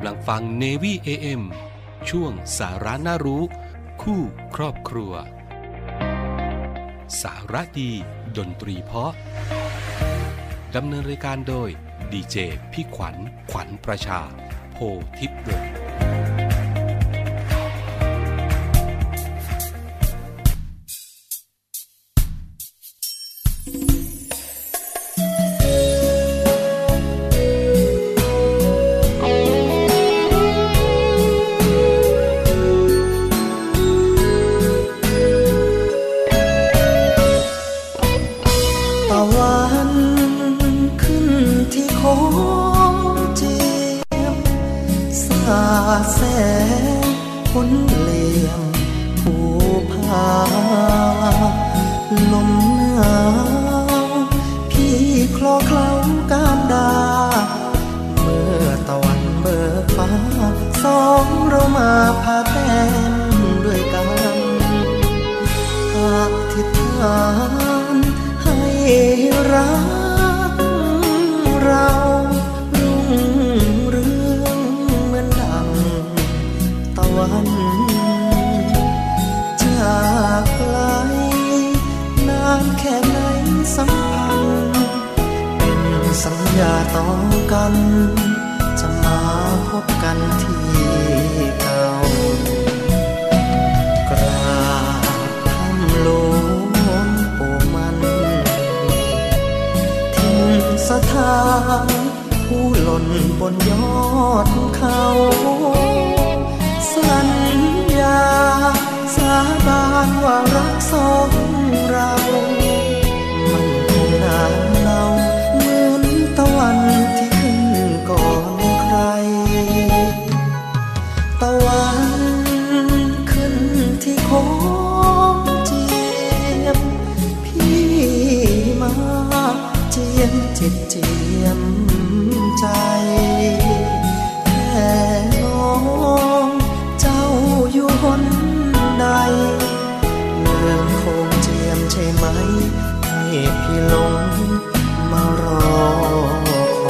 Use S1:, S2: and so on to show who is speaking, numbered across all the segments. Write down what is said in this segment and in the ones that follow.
S1: ลังฟัง Navy AM ช่วงสาระน่ารู้คู่ครอบครัวสาระดีดนตรีเพราะดำเนินรายการโดยดีเจพี่ขวัญประชาโพธิพวงศ์
S2: แสงพ้นเหลี่ยมภูผาลมหนาวพี่คลอเคล้ากามดาเมื่อตะวันเบิกฟ้าสองเรามาพาแต้มด้วยกันอธิษฐานให้รักเราวันจากไกลนานแค่ไหนสัมพันธ์เป็นสัญญาต่อกันจะมาพบกันที่เก่ากราบคำหลวงปู่มันทิ้งสถานผู้หล่นบนยอดเขาสัญญาสาบานว่ารักสองเรามันคงนานเล่าเหมือนตะวันที่ขึ้นก่อนใครตะวันขึ้นที่โค้งเจียมพี่มาเจียมจิตเจียมใจแค่น้องอยู่หนใดเมืองคงเจียมใช่ไหมให้พี่ลงมารอค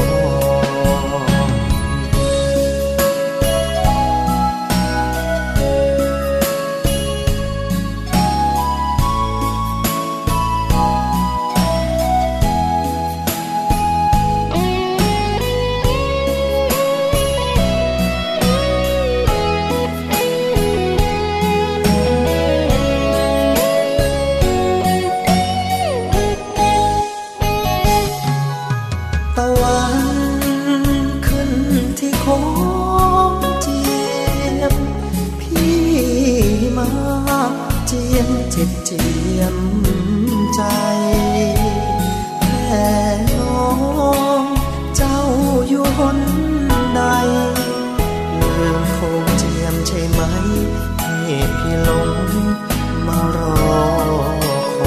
S2: เจียมใจแค่น้องเจ้าอยู่หนใดเมืองคงเจียมใช่ไหมให้พี่ลงมารอค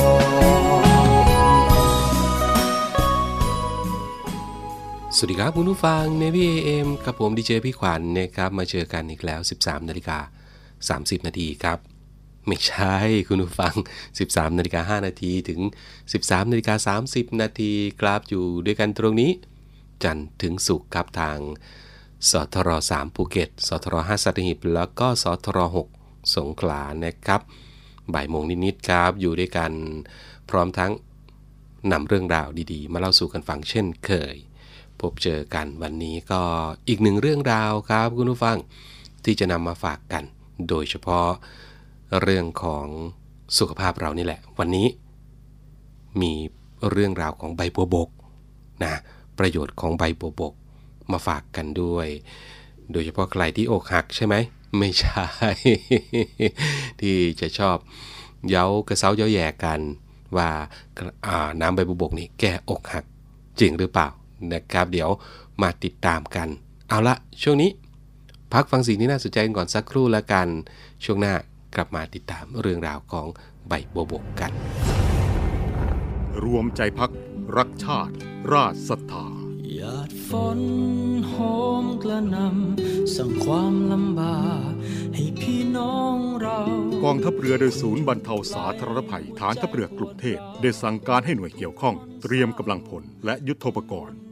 S2: อย
S1: สวัสดีครับคุณผู้ฟัง Navy AM กับผมดีเจพี่ขวัญนะครับมาเจอกันอีกแล้ว 13:30 นาทีครับไม่ใช่คุณผู้ฟัง 13:05 นาทีถึง 13:30 นาทีครับอยู่ด้วยกันตรงนี้จันทร์ถึงศุกร์ครับทางสทร3ภูเก็ตสทร5สัตหีบแล้วก็สทร6สงขลานะครับบ่ายโมงนิดๆครับอยู่ด้วยกันพร้อมทั้งนำเรื่องราวดีๆมาเล่าสู่กันฟังเช่นเคยพบเจอกันวันนี้ก็อีกหนึ่งเรื่องราวครับคุณผู้ฟังที่จะนำมาฝากกันโดยเฉพาะเรื่องของสุขภาพเรานี่แหละวันนี้มีเรื่องราวของใบบัวบกนะประโยชน์ของใบบัวบกมาฝากกันด้วยโดยเฉพาะใครที่อกหักใช่ไหมไม่ใช่ ที่จะชอบเย้ากระเซ้าเย้าแย่กันว่าน้ำใบบัวบกนี่แก้อกหักจริงหรือเปล่านะครับเดี๋ยวมาติดตามกันเอาละช่วงนี้พักฟังสิ่งที่น่าสนใจก่อนสักครู่แล้วกันช่วงหน้ากลับมาติดตามเรื่องราวของใบบัวบกกัน
S3: รวมใจพักรักชาติราชศรัทธา
S4: หยาดฝนโหมกระหน่ำสั่งความลำบากให้พี่น้องเรา
S3: กองทัพเรือโดยศูนย์บรรเทาสาธารณภัยฐานทัพเรือกรุงเทพได้สั่งการให้หน่วยเกี่ยวข้องเตรียมกำลังพลและยุทโธปกรณ์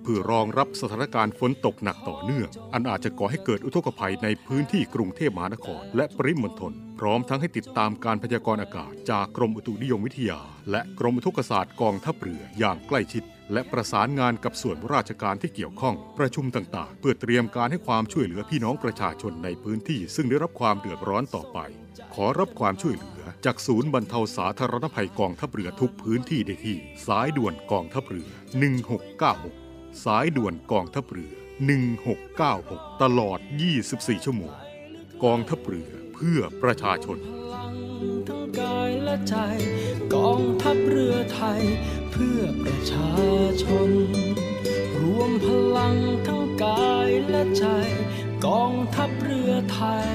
S3: พื่อรองรับสถานการณ์ฝนตกหนักต่อเนื่องอันอาจจะก่อให้เกิดอุทกภัยในพื้นที่กรุงเทพมหานครและปริมณฑลพร้อมทั้งให้ติดตามการพยากรณ์อากาศจากกรมอุตุนิยมวิทยาและกรมอุทกศาสตร์กองทัพเรืออย่างใกล้ชิดและประสานงานกับส่วนราชการที่เกี่ยวข้องประชุมต่างๆเพื่อเตรียมการให้ความช่วยเหลือพี่น้องประชาชนในพื้นที่ซึ่งได้รับความเดือดร้อนต่อไปขอรับความช่วยเหลือจากศูนย์บรรเทาสาธารณภัยกองทัพเรือทุกพื้นที่ได้ที่สายด่วนกองทัพเรือ1696สายด่วนกองทัพเรือ1696ตลอด24ชั่วโมงกองทัพเรือเพื่อประชาชน
S4: ทั้งกายและใจกองทัพเรือไทยเพื่อประชาชนรวมพลังทั้งกายและใจกองทัพเรือไทย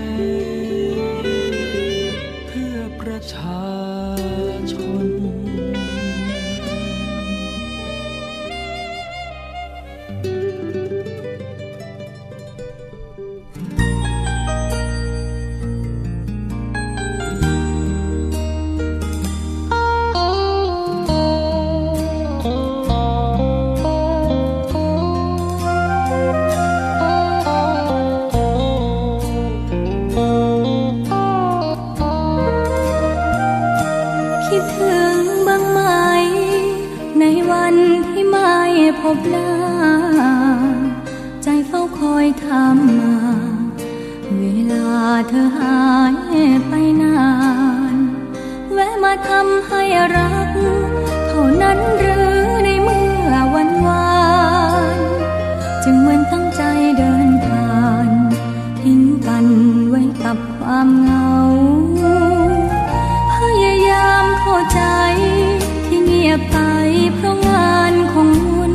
S4: เพื่อประชาชน
S5: พบหน้าใจเฝ้าคอยถามมาเวลาเธอหายไปนานแวะมาทำให้รักเท่านั้นหรือในเมื่อวันวานจึงเหมือนตั้งใจเดินผ่านทิ้งกันไว้กับความเหงาพยายามเข้าใจที่เงียบไปเพราะงานของ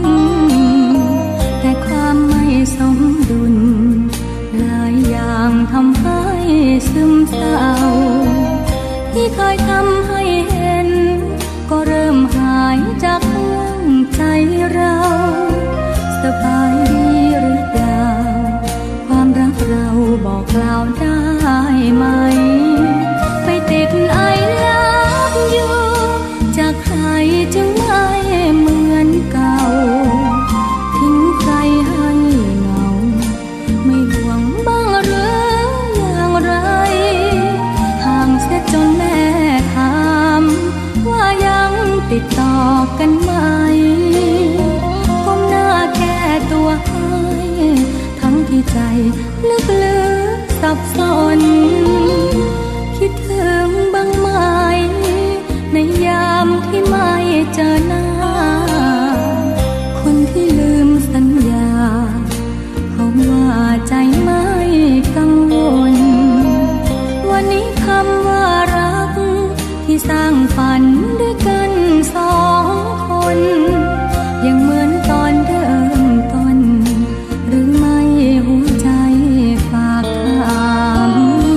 S5: แต่ความไม่สมดุลหลายอย่างทำให้ซึมเศร้าที่เคยทำให้เห็นก็เริ่มหายจากดวงใจเราสบายดีหรือเปล่าความรักเราบอกกล่าวได้ไหมไปติดไอลับอยู่จากใครจึงไม่เหมือนเก่าทิ้งใครให้เหงาไม่ห่วงบ้างหรืออย่างไรห่างเสียจนแม่ถามว่ายังติดต่อกันไหมก้มหน้าแก้ตัวให้ทั้งที่ใจลึกๆสับสนคิดถึงบ้างไหมในยามที่ไม่เจอหน้าคนที่ลืมสัญญาเขาว่าใจไม่กังวลวันนี้คำว่ารักที่สร้างฝันด้วยกันสองคนยังเหมือนตอนเริ่มต้นหรือไม่หัวใจฝากถาม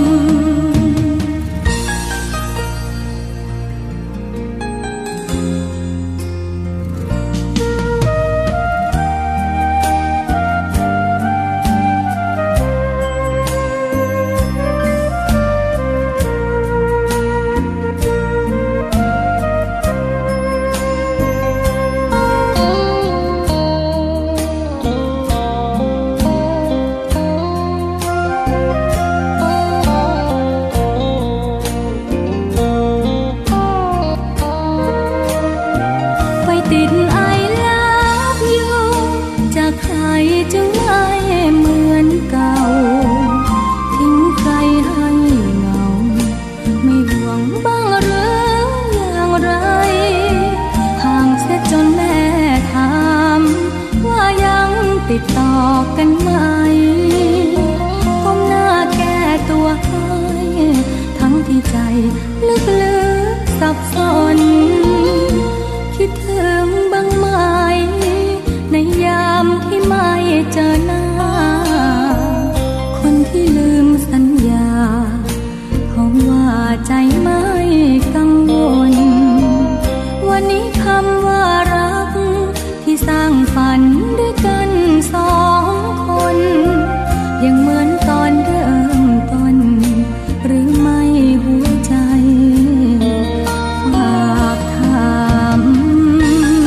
S5: ติดต่อกันไหมก้มหน้าแก้ตัวให้ทั้งที่ใจลึกๆสับสนคิดถึงบ้างไหมในยามที่ไม่เจอหน้าคนที่ลืมสัญญาเขาว่าใจไม่กังวลวันนี้คำว่ารักที่สร้างฝันด้วยกันสองคนยังเหมือนตอนเริ่มต้นหรือไม่หัวใจฝากถาม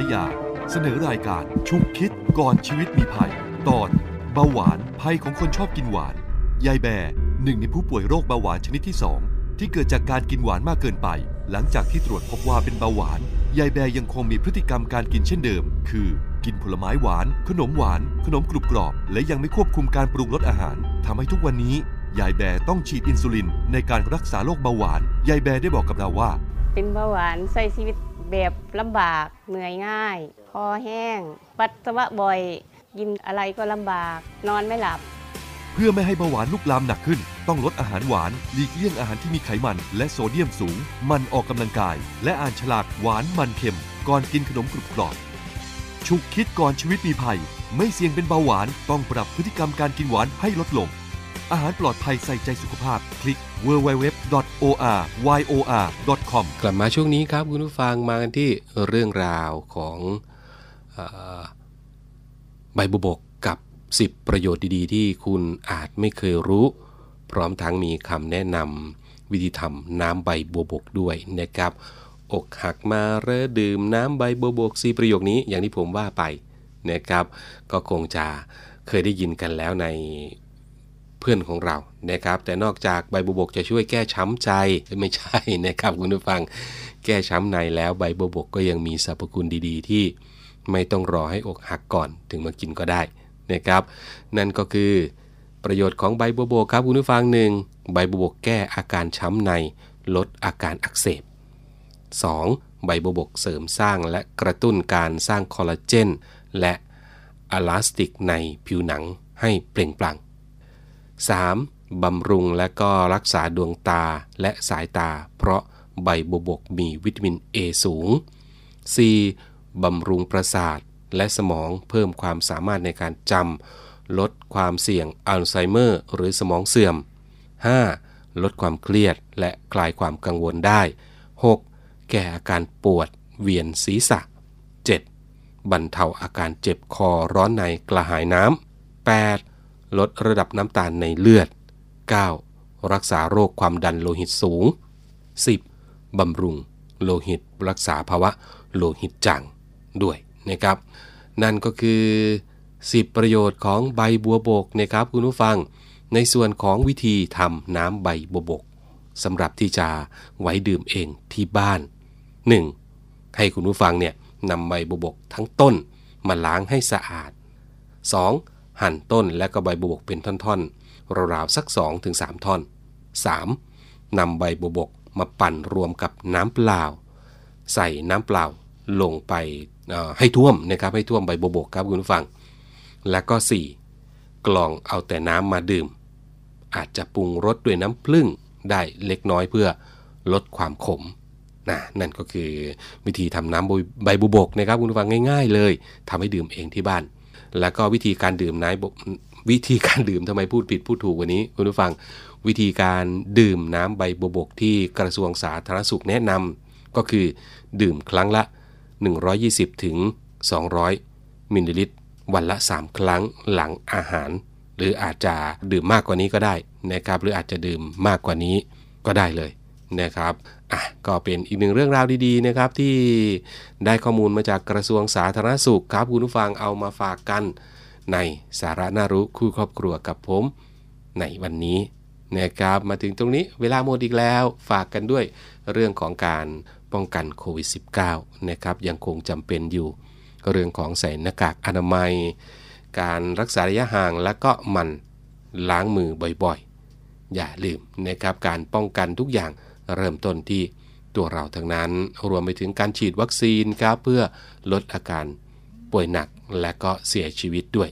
S6: ยาเสนอรายการชุกคิดก่อนชีวิตมีภัยตอนเบาหวานภัยของคนชอบกินหวานยายแบหนึ่งในผู้ป่วยโรคเบาหวานชนิดที่2ที่เกิดจากการกินหวานมากเกินไปหลังจากที่ตรวจพบว่าเป็นเบาหวานยายแบยังคงมีพฤติกรรมการกินเช่นเดิมคือกินผลไม้หวานขนมหวานขนมกรุบกรอบและยังไม่ควบคุมการปรุงรสอาหารทำให้ทุกวันนี้ยายแบต้องฉีดอินซูลินในการรักษาโรคเบาหวานยายแบได้บอกกับเราว่า
S7: เป็นเบาหวานใช้ชีวิตแบบลำบากเหนื่อยง่ายคอแห้งปัสสาวะบ่อยกินอะไรก็ลำบากนอนไม่หลับ
S6: เพื่อไม่ให้เบาหวานลุกลามหนักขึ้นต้องลดอาหารหวานหลีกเลี่ยงอาหารที่มีไขมันและโซเดียมสูงมันออกกำลังกายและอ่านฉลากหวานมันเค็มก่อนกินขนมกรุบกรอบฉุกคิดก่อนชีวิตมีภัยไม่เสี่ยงเป็นเบาหวานต้องปรับพฤติกรรมการกินหวานให้ลดลงอาหารปลอดภัยใส่ใจสุขภาพคลิก www.oryor.com
S1: กลับมาช่วงนี้ครับคุณผู้ฟังมากันที่เรื่องราวของใบบัวบกกับ10ประโยชน์ดีๆที่คุณอาจไม่เคยรู้พร้อมทั้งมีคำแนะนำวิธีทำน้ำใบบัวบกด้วยนะครับอกหักมาเริ่มดื่มน้ำใบบัวบก4ประโยคนี้อย่างที่ผมว่าไปนะครับก็คงจะเคยได้ยินกันแล้วในเพื่อนของเรานะครับแต่นอกจากใบบัวบกจะช่วยแก้ช้ำใจไม่ใช่นะครับคุณผู้ฟังแก้ช้ำในแล้วใบบัวบกก็ยังมีสรรพคุณดีๆที่ไม่ต้องรอให้อกหักก่อนถึงมากินก็ได้นะครับนั่นก็คือประโยชน์ของใบบัวบกครับคุณผู้ฟัง1ใบบัวบกแก้อาการช้ำในลดอาการอักเสบ2ใบบัวบกเสริมสร้างและกระตุ้นการสร้างคอลลาเจนและอลาสติกในผิวหนังให้เปล่งปลั่ง3บำรุงและก็รักษาดวงตาและสายตาเพราะใบบัวบกมีวิตามิน A สูง4บำรุงประสาทและสมองเพิ่มความสามารถในการจำลดความเสี่ยงอัลไซเมอร์หรือสมองเสื่อม5ลดความเครียดและคลายความกังวลได้6แก้อาการปวดเวียนศีรษะ7บรรเทาอาการเจ็บคอร้อนในกระหายน้ำ8ลดระดับน้ำตาลในเลือด9รักษาโรคความดันโลหิตสูง10บำรุงโลหิตรักษาภาวะโลหิตจางด้วยนะครับนั่นก็คือ10ประโยชน์ของใบบัวบกนะครับคุณผู้ฟังในส่วนของวิธีทำน้ำใบบัวบกสำหรับที่จะไว้ดื่มเองที่บ้าน 1. ให้คุณผู้ฟังเนี่ยนำใบบัวบกทั้งต้นมาล้างให้สะอาด 2. หั่นต้นและก็ใบบัวบกเป็นท่อนๆราวๆสัก 2-3 ท่อน 3. นำใบบัวบกมาปั่นรวมกับน้ำเปล่าใส่น้ำเปล่าลงไปให้ท่วมนะครับให้ท่วมใบบัวบกครับคุณผู้ฟังและก็ 4. กรองเอาแต่น้ำมาดื่มอาจจะปรุงรสด้วยน้ำผึ้งได้เล็กน้อยเพื่อลดความขมนั่นก็คือวิธีทำน้ำใบบัวบกนะครับคุณผู้ฟังง่ายๆเลยทำให้ดื่มเองที่บ้านแล้วก็วิธีการดื่มทำไมพูดผิดพูดถูกวันนี้คุณผู้ฟังวิธีการดื่มน้ำใบบัวบกที่กระทรวงสาธารณสุขแนะนำก็คือดื่มครั้งละ120 ถึง 200 มิลลิลิตรวันละ3ครั้งหลังอาหารหรืออาจจะดื่มมากกว่านี้ก็ได้นะครับหรืออาจจะดื่มมากกว่านี้ก็ได้เลยนะครับก็เป็นอีกหนึ่งเรื่องราวดีๆนะครับที่ได้ข้อมูลมาจากกระทรวงสาธารณสุขครับคุณผู้ฟังเอามาฝากกันในสาระน่ารู้คู่ครอบครัวกับผมในวันนี้นะครับมาถึงตรงนี้เวลาหมดอีกแล้วฝากกันด้วยเรื่องของการป้องกันโควิด -19 นะครับยังคงจำเป็นอยู่เรื่องของใส่หน้ากากอนามัยการรักษาระยะห่างและก็มันล้างมือบ่อยๆอย่าลืมนะครับการป้องกันทุกอย่างเริ่มต้นที่ตัวเราทั้งนั้นรวมไปถึงการฉีดวัคซีนครับเพื่อลดอาการป่วยหนักและก็เสียชีวิตด้วย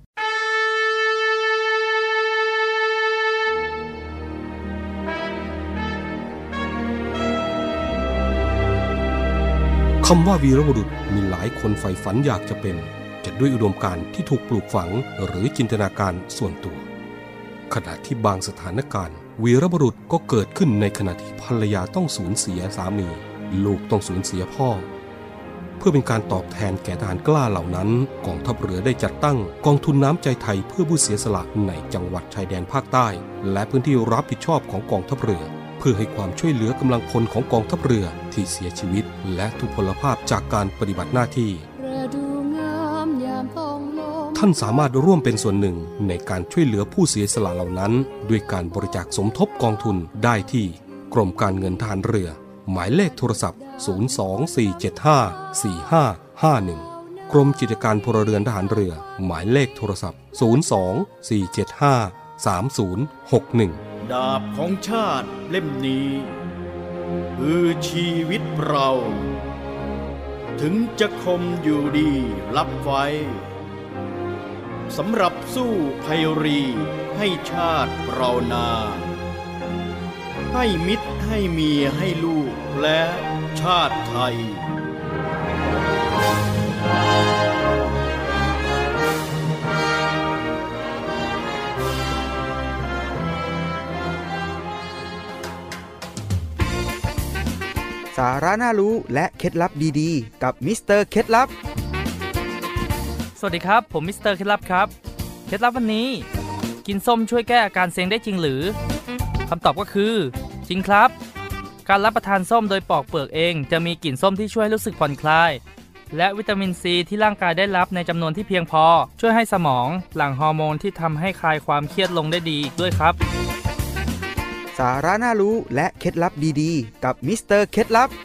S8: คำว่าวีรบุรุษมีหลายคนใฝ่ฝันอยากจะเป็นจะด้วยอุดมการณ์ที่ถูกปลูกฝังหรือจินตนาการส่วนตัวขณะที่บางสถานการณ์วีรบุรุษก็เกิดขึ้นในขณะที่ภรรยาต้องสูญเสียสามีลูกต้องสูญเสียพ่อเพื่อเป็นการตอบแทนแก่ทหารกล้าเหล่านั้นกองทัพเรือได้จัดตั้งกองทุนน้ำใจไทยเพื่อผู้เสียสละในจังหวัดชายแดนภาคใต้และพื้นที่รับผิดชอบของกองทัพเรือเพื่อให้ความช่วยเหลือกำลังพลของกองทัพเรือที่เสียชีวิตและทุพพลภาพจากการปฏิบัติหน้าที่ท่านสามารถร่วมเป็นส่วนหนึ่งในการช่วยเหลือผู้เสียสละเหล่านั้นด้วยการบริจาคสมทบกองทุนได้ที่กรมการเงินทหารเรือหมายเลขโทรศัพท์024754551กรมกิจการพลเรือนทหารเรือหมายเลขโทรศัพท์024753061
S9: ดาบของชาติเล่มนี้คือชีวิตเราถึงจะคมอยู่ดีรับไว้สำหรับสู้ภัยรีให้ชาติเรานาให้มิตรให้เมียให้ลูกและชาติไทย
S10: สาระน่ารู้และเคล็ดลับดีๆกับมิสเตอร์เคล็ดลับ
S11: สวัสดีครับผมมิสเตอร์เคล็ดลับครับเคล็ดลับวันนี้กินส้มช่วยแก้อาการเซ็งได้จริงหรือคำตอบก็คือจริงครับการรับประทานส้มโดยปอกเปลือกเองจะมีกลิ่นส้มที่ช่วยรู้สึกผ่อนคลายและวิตามินซีที่ร่างกายได้รับในจำนวนที่เพียงพอช่วยให้สมองหลั่งฮอร์โมนที่ทำให้คลายความเครียดลงได้ดีอีกด้วยครับ
S10: สาระน่ารู้และเคล็ดลับดีๆกับมิสเตอร์เคล็ดลับ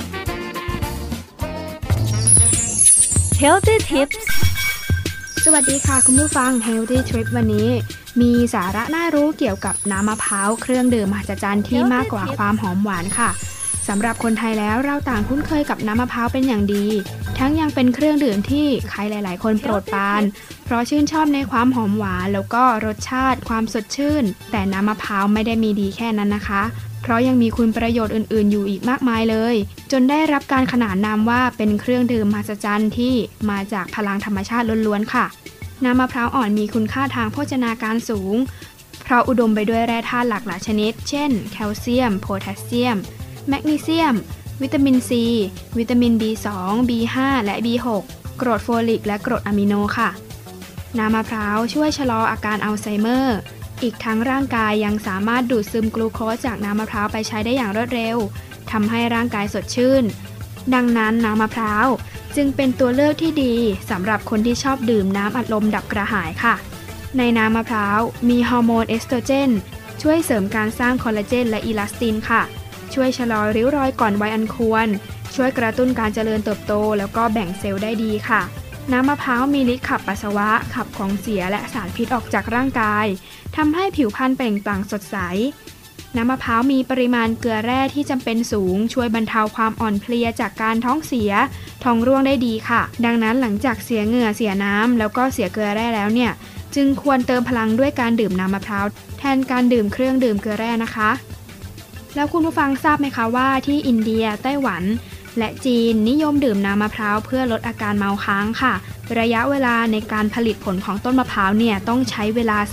S12: Healthy Tips สวัสดีค่ะคุณผู้ฟัง Healthy Trip วันนี้มีสาระน่ารู้เกี่ยวกับน้ำมะพร้าวเครื่องดื่มมหัศจรรย์ที่มากกว่าความหอมหวานค่ะสำหรับคนไทยแล้วเราต่างคุ้นเคยกับน้ำมะพร้าวเป็นอย่างดีทั้งยังเป็นเครื่องดื่มที่ใครหลายๆคนโปรดปรานเพราะชื่นชอบในความหอมหวานแล้วก็รสชาติความสดชื่นแต่น้ำมะพร้าวไม่ได้มีดีแค่นั้นนะคะเพราะยังมีคุณประโยชน์อื่นๆอยู่อีกมากมายเลยจนได้รับการขนานนามว่าเป็นเครื่องดื่มมหัศจรรย์ที่มาจากพลังธรรมชาติล้วนๆค่ะน้ำมะพร้าวอ่อนมีคุณค่าทางโภชนาการสูงเพราะอุดมไปด้วยแร่ธาตุหลากหลายชนิดเช่นแคลเซียมโพแทสเซียมแมกนีเซียมวิตามินซีวิตามิน B2 B5 และ B6 กรดโฟลิกและกรดอะมิโนค่ะน้ำมะพร้าวช่วยชะลออาการอัลไซเมอร์อีกทั้งร่างกายยังสามารถดูดซึมกลูโคสจากน้ำมะพร้าวไปใช้ได้อย่างรวดเร็วทำให้ร่างกายสดชื่นดังนั้นน้ำมะพร้าวจึงเป็นตัวเลือกที่ดีสำหรับคนที่ชอบดื่มน้ำอัดลมดับกระหายค่ะในน้ำมะพร้าวมีฮอร์โมนเอสโตรเจนช่วยเสริมการสร้างคอลลาเจนและอีลาสตินค่ะช่วยชะลอริ้วรอยก่อนวัยอันควรช่วยกระตุ้นการเจริญเติบโตแล้วก็แบ่งเซลล์ได้ดีค่ะน้ำมะพร้าวมีฤทธิ์ขับปัสสาวะขับของเสียและสารพิษออกจากร่างกายทำให้ผิวพรรณเปล่งปลั่งสดใสน้ำมะพร้าวมีปริมาณเกลือแร่ที่จำเป็นสูงช่วยบรรเทาความอ่อนเพลียจากการท้องเสียท้องร่วงได้ดีค่ะดังนั้นหลังจากเสียเหงื่อเสียน้ำแล้วก็เสียเกลือแร่แล้วเนี่ยจึงควรเติมพลังด้วยการดื่มน้ำมะพร้าวแทนการดื่มเครื่องดื่มเกลือแร่นะคะแล้วคุณผู้ฟังทราบไหมคะว่าที่อินเดียไต้หวันและจีนนิยมดื่มน้ำมะพร้าวเพื่อลดอาการเมาค้างค่ะระยะเวลาในการผลิตผลของต้นมะพร้าวเนี่ยต้องใช้เวลา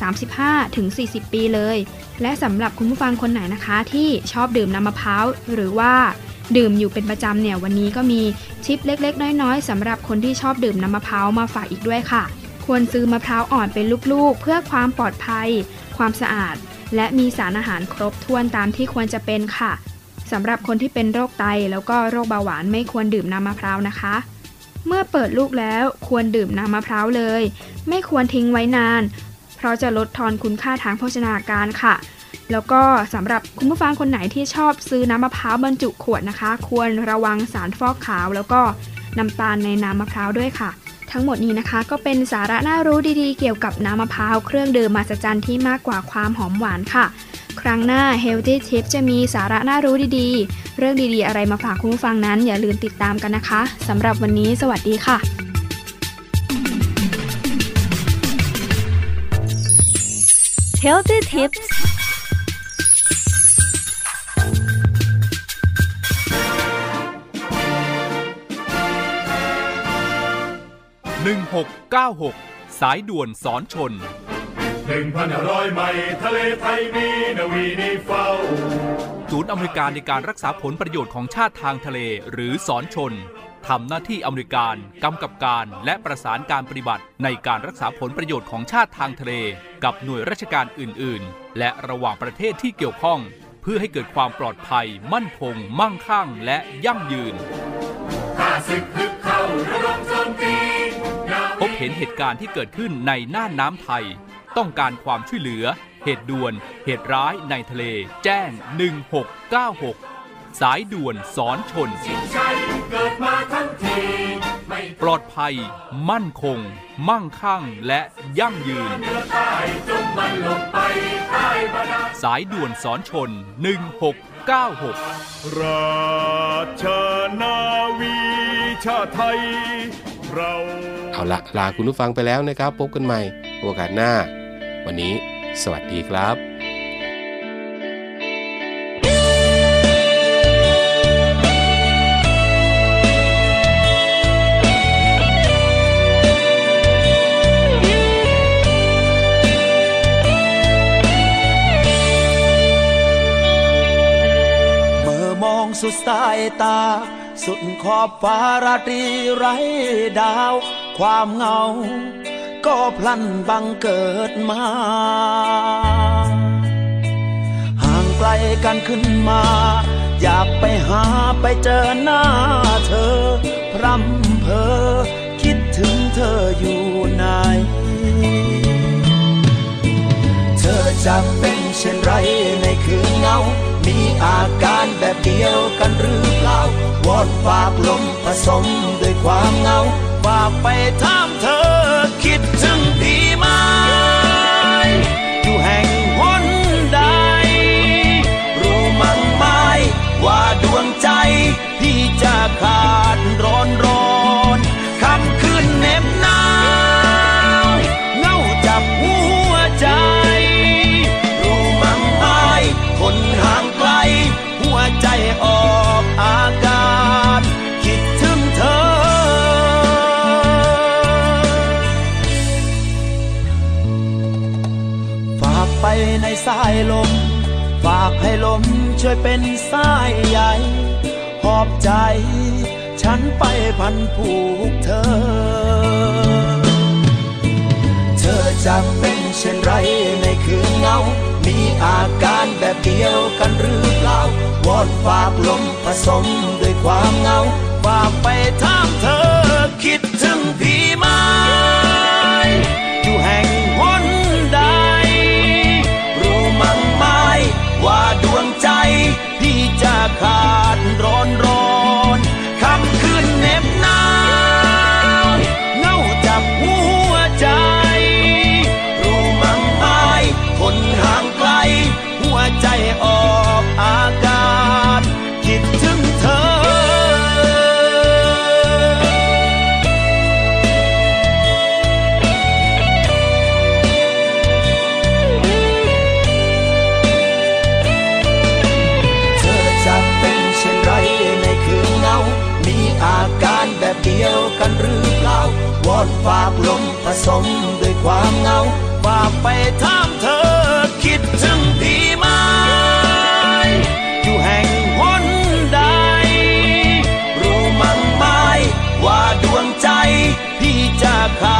S12: 35-40 ปีเลยและสำหรับคุณผู้ฟังคนไหนนะคะที่ชอบดื่มน้ำมะพร้าวหรือว่าดื่มอยู่เป็นประจำเนี่ยวันนี้ก็มีทิปเล็กๆน้อยๆสำหรับคนที่ชอบดื่มน้ำมะพร้าวมาฝากอีกด้วยค่ะควรซื้อมะพร้าวอ่อนเป็นลูกๆเพื่อความปลอดภัยความสะอาดและมีสารอาหารครบถ้วนตามที่ควรจะเป็นค่ะสำหรับคนที่เป็นโรคไตแล้วก็โรคเบาหวานไม่ควรดื่มน้ำมะพร้าวนะคะเมื่อเปิดลูกแล้วควรดื่มน้ำมะพร้าวเลยไม่ควรทิ้งไว้นานเพราะจะลดทอนคุณค่าทางโภชนาการค่ะแล้วก็สำหรับคุณผู้ฟังคนไหนที่ชอบซื้อน้ำมะพร้าวบรรจุขวดนะคะควรระวังสารฟอกขาวแล้วก็น้ำตาลในน้ำมะพร้าวด้วยค่ะทั้งหมดนี้นะคะก็เป็นสาระน่ารู้ดีๆเกี่ยวกับน้ำมะพร้าวเครื่องดื่มมหัศจรรย์ที่มากกว่าความหอมหวานค่ะครั้งหน้า Healthy Tips จะมีสาระน่ารู้ดีๆเรื่องดีๆอะไรมาฝากคุณผู้ฟังนั้นอย่าลืมติดตามกันนะคะสำหรับวันนี้สวัสดีค่ะ Healthy Tips
S13: 1696 สายด่วนสอนชน
S14: 1,500 ไมล์ทะเลไทยมีนาวีนิเฝ้า
S13: ศูนย์อำนวยการในการรักษาผลประโยชน์ของชาติทางทะเลหรือสอนชนทำหน้าที่อำนวยการกำกับการและประสานการปฏิบัติในการรักษาผลประโยชน์ของชาติทางทะเลกับหน่วยราชการอื่นๆและระหว่างประเทศที่เกี่ยวข้องเพื่อให้เกิดความปลอดภัยมั่นคงมั่งคั่งและยั่งยืนพบเห็นเหตุการณ์ที่เกิดขึ้นในน่านน้ำไทยต้องการความช่วยเหลือเหตุด่วนเหตุร้ายในทะเลแจ้ง1696สายด่วนสอนชนปลอดภัยมั่นคงมั่งคั่งและยั่งยืนสายด่วนสอนชน1696
S14: ราชนาวีชาติไทยเรา
S1: เอาละลาคุณผู้ฟังไปแล้วนะครับพบกันใหม่โอกาสหน้าวันนี้สวัสดีครับ
S2: สุดสายตาสุดขอบฟ้าราตรีไร้ดาวความเหงาก็พลันบังเกิดมาห่างไกลกันขึ้นมาอยากไปหาไปเจอหน้าเธอพร่ำเพ้อคิดถึงเธออยู่ไหนเธอจะเป็นเช่นไรในคืนเหงามีอาการแบบเดียวกันหรือเปล่าวอนฝากลมผสมด้วยความเหงาฝากไปถามเธอคิดถึงพี่ไหมอยู่แห่งหนใดรู้มั้งไหมว่าดวงใจพี่จะขาดร้อนค่ำคืนเหน็บหนาวเหงาจับหัวใจรู้มั้งไหมคนห่างไกลหัวใจออกอาการคิดถึงเธอฝากไปในสายลมฝากให้ลมช่วยเป็นสายใยหอบใจฉันไปพันผูกเธอเธอจะเป็นเช่นไรในคืนเหงามีอาการแบบเดียวกันหรือเปล่าวอนฝากลมผสมด้วยความเหงาฝากไปถามเธอคิดถึงพี่ไหมอยู่แห่งหนใดรู้มั้งไหมว่าดวงใจพี่จะขาดร้อนค่ำคืนเหน็บหนาวเหงาจับหัวใจรู้มั้งไหมคนห่างไกลหัวใจออกอาการคิดถึงเธอเธอจะเป็นเช่นไรในคืนเหงามีอาการแบบเดียวกันหรือเปล่าวอนฝากลมผสมด้วยความเหงาฝากไปถามเธอคิดถึงพี่ไหมอยู่แห่งหนใดรู้มั้งไหมว่าดวงใจพี่จะขา